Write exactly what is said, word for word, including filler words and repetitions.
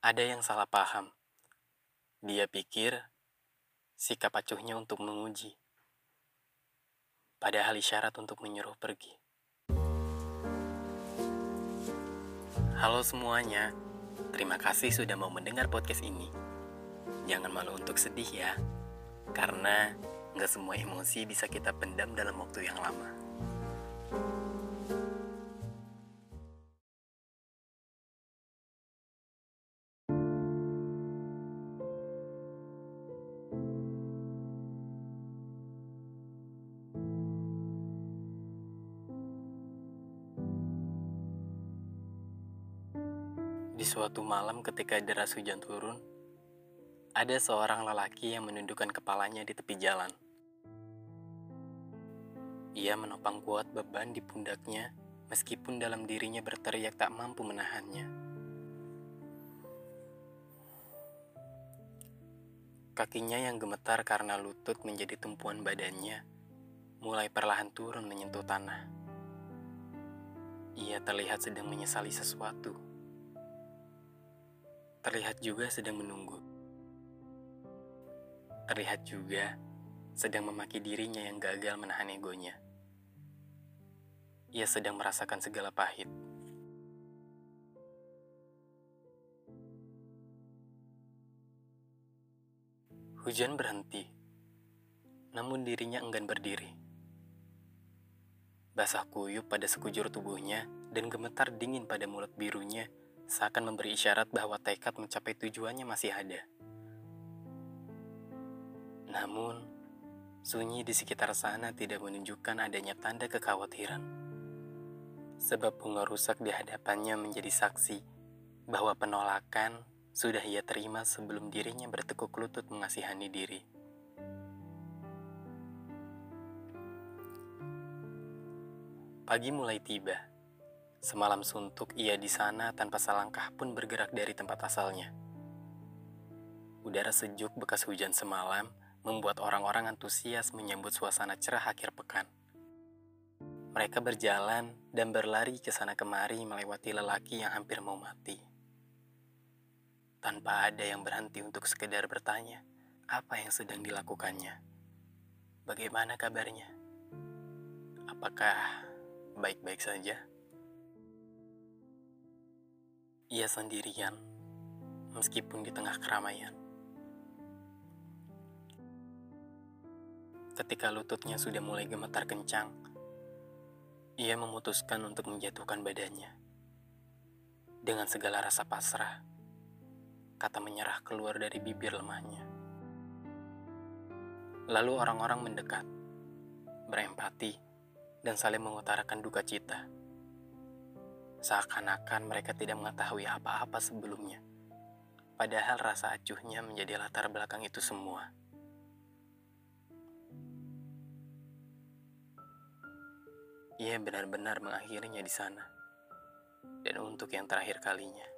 Ada yang salah paham. Dia pikir sikap acuhnya untuk menguji, padahal isyarat untuk menyuruh pergi. Halo semuanya, terima kasih sudah mau mendengar podcast ini. Jangan malu untuk sedih ya, karena nggak semua emosi bisa kita pendam dalam waktu yang lama. Di suatu malam ketika deras hujan turun, ada seorang lelaki yang menundukkan kepalanya di tepi jalan. Ia menopang kuat beban di pundaknya, meskipun dalam dirinya berteriak tak mampu menahannya. Kakinya yang gemetar karena lutut menjadi tumpuan badannya, mulai perlahan turun menyentuh tanah. Ia terlihat sedang menyesali sesuatu. Terlihat juga sedang menunggu. Terlihat juga sedang memaki dirinya yang gagal menahan egonya. Ia sedang merasakan segala pahit. Hujan berhenti, namun dirinya enggan berdiri. Basah kuyup pada sekujur tubuhnya dan gemetar dingin pada mulut birunya seakan memberi isyarat bahwa tekad mencapai tujuannya masih ada. Namun, sunyi di sekitar sana tidak menunjukkan adanya tanda kekhawatiran. Sebab bunga rusak di hadapannya menjadi saksi bahwa penolakan sudah ia terima sebelum dirinya bertekuk lutut mengasihani diri. Pagi mulai tiba. Semalam suntuk ia di sana tanpa selangkah pun bergerak dari tempat asalnya. Udara sejuk bekas hujan semalam membuat orang-orang antusias menyambut suasana cerah akhir pekan. Mereka berjalan dan berlari ke sana kemari melewati lelaki yang hampir mau mati. Tanpa ada yang berhenti untuk sekedar bertanya, apa yang sedang dilakukannya? Bagaimana kabarnya? Apakah baik-baik saja? Ia sendirian, meskipun di tengah keramaian. Ketika lututnya sudah mulai gemetar kencang, ia memutuskan untuk menjatuhkan badannya. Dengan segala rasa pasrah, kata menyerah keluar dari bibir lemahnya. Lalu orang-orang mendekat, berempati, dan saling mengutarakan duka cita. Seakan-akan mereka tidak mengetahui apa-apa sebelumnya. Padahal rasa acuhnya menjadi latar belakang itu semua. Ia benar-benar mengakhirinya di sana. Dan untuk yang terakhir kalinya.